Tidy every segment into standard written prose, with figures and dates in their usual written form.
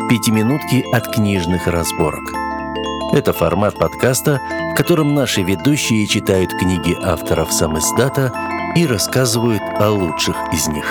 «Пятиминутки от книжных разборок». Это формат подкаста, в котором наши ведущие читают книги авторов сам-издата и рассказывают о лучших из них.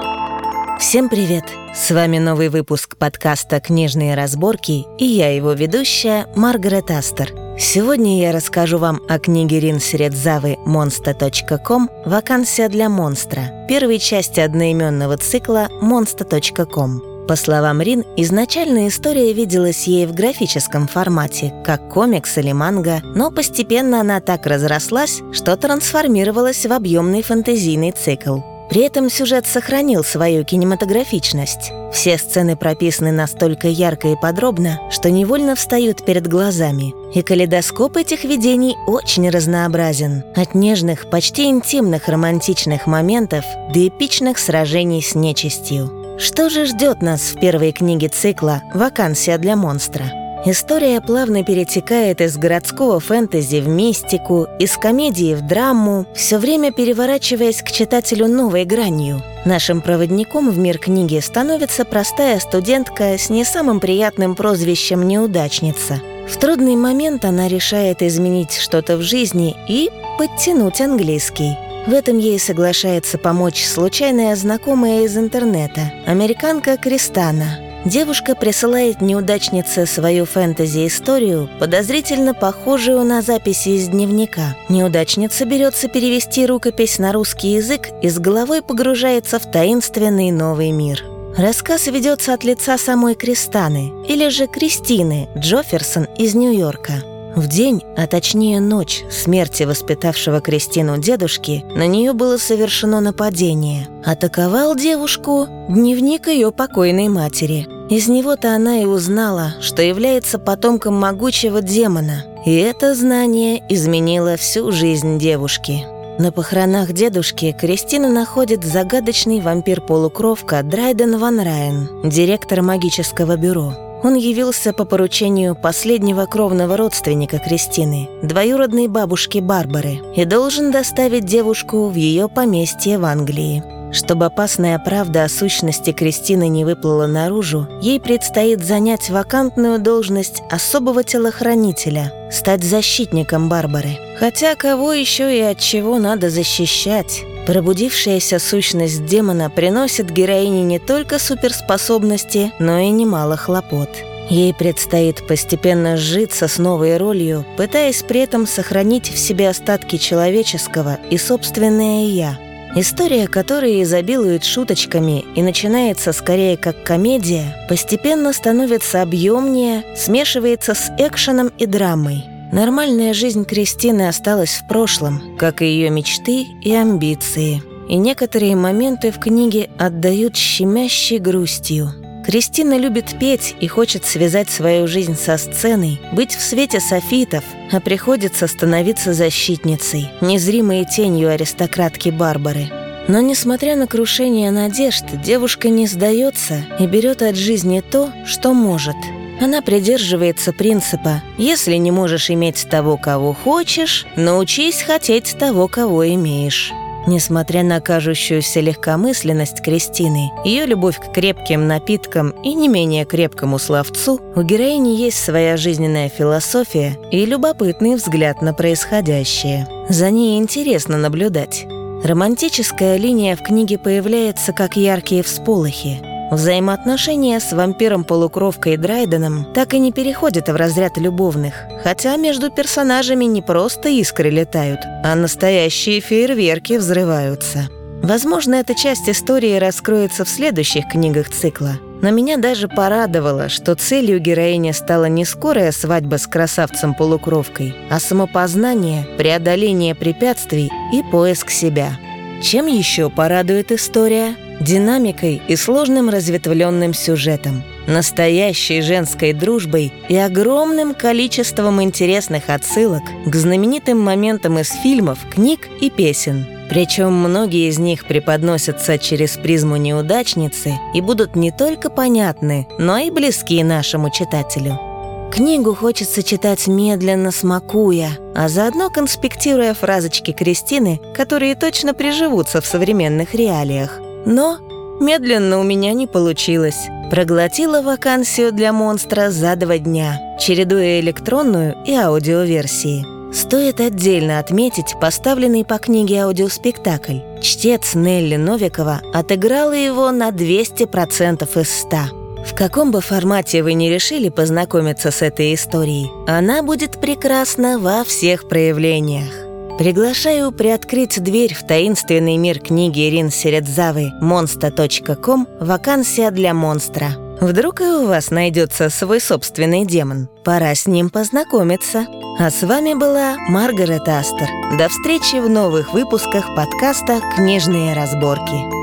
Всем привет! С вами новый выпуск подкаста «Книжные разборки» и я, его ведущая, Маргарет Астер. Сегодня я расскажу вам о книге Рин Середзавы «Monsta.com. Вакансия для монстра», первой части одноименного цикла «Monsta.com». По словам Рин, изначально история виделась ей в графическом формате, как комикс или манга, но постепенно она так разрослась, что трансформировалась в объемный фэнтезийный цикл. При этом сюжет сохранил свою кинематографичность. Все сцены прописаны настолько ярко и подробно, что невольно встают перед глазами. И калейдоскоп этих видений очень разнообразен. От нежных, почти интимных романтичных моментов до эпичных сражений с нечистью. Что же ждет нас в первой книге цикла «Вакансия для монстра»? История плавно перетекает из городского фэнтези в мистику, из комедии в драму, все время переворачиваясь к читателю новой гранью. Нашим проводником в мир книги становится простая студентка с не самым приятным прозвищем «неудачница». В трудный момент она решает изменить что-то в жизни и подтянуть английский. В этом ей соглашается помочь случайная знакомая из интернета, американка Кристана. Девушка присылает неудачнице свою фэнтези-историю, подозрительно похожую на записи из дневника. Неудачница берется перевести рукопись на русский язык и с головой погружается в таинственный новый мир. Рассказ ведется от лица самой Кристаны, или же Кристины Джофферсон из Нью-Йорка. В день, а точнее ночь смерти воспитавшего Кристину дедушки, на нее было совершено нападение. Атаковал девушку дневник ее покойной матери. Из него-то она и узнала, что является потомком могучего демона. И это знание изменило всю жизнь девушки. На похоронах дедушки Кристина находит загадочный вампир-полукровка Драйден Ван Райен, директор магического бюро. Он явился по поручению последнего кровного родственника Кристины, двоюродной бабушки Барбары, и должен доставить девушку в ее поместье в Англии. Чтобы опасная правда о сущности Кристины не выплыла наружу, ей предстоит занять вакантную должность особого телохранителя, стать защитником Барбары. Хотя кого еще и от чего надо защищать? Пробудившаяся сущность демона приносит героине не только суперспособности, но и немало хлопот. Ей предстоит постепенно сжиться с новой ролью, пытаясь при этом сохранить в себе остатки человеческого и собственное «я». История, которая изобилует шуточками и начинается скорее как комедия, постепенно становится объемнее, смешивается с экшеном и драмой. Нормальная жизнь Кристины осталась в прошлом, как и ее мечты и амбиции. И некоторые моменты в книге отдают щемящей грустью. Кристина любит петь и хочет связать свою жизнь со сценой, быть в свете софитов, а приходится становиться защитницей, незримой тенью аристократки Барбары. Но, несмотря на крушение надежд, девушка не сдается и берет от жизни то, что может. Она придерживается принципа «если не можешь иметь того, кого хочешь, научись хотеть того, кого имеешь». Несмотря на кажущуюся легкомысленность Кристины, ее любовь к крепким напиткам и не менее крепкому словцу, у героини есть своя жизненная философия и любопытный взгляд на происходящее. За ней интересно наблюдать. Романтическая линия в книге появляется как яркие всполохи. Взаимоотношения с вампиром-полукровкой Драйденом так и не переходят в разряд любовных, хотя между персонажами не просто искры летают, а настоящие фейерверки взрываются. Возможно, эта часть истории раскроется в следующих книгах цикла, но меня даже порадовало, что целью героини стала не скорая свадьба с красавцем-полукровкой, а самопознание, преодоление препятствий и поиск себя. Чем еще порадует история? Динамикой и сложным разветвленным сюжетом, настоящей женской дружбой и огромным количеством интересных отсылок к знаменитым моментам из фильмов, книг и песен. Причем многие из них преподносятся через призму неудачницы и будут не только понятны, но и близки нашему читателю. Книгу хочется читать медленно, смакуя, а заодно конспектируя фразочки Кристины, которые точно приживутся в современных реалиях. Но Медленно у меня не получилось. Проглотила вакансию для монстра за 2 дня, чередуя электронную и аудиоверсии. Стоит отдельно отметить поставленный по книге аудиоспектакль. Чтец Нелли Новикова отыграла его на 200% из 100. В каком бы формате вы ни решили познакомиться с этой историей, она будет прекрасна во всех проявлениях. Приглашаю приоткрыть дверь в таинственный мир книги Рин Середзавы monsta.com «Вакансия для монстра». Вдруг и у вас найдется свой собственный демон. Пора с ним познакомиться. А с вами была Маргарет Астер. До встречи в новых выпусках подкаста «Книжные разборки».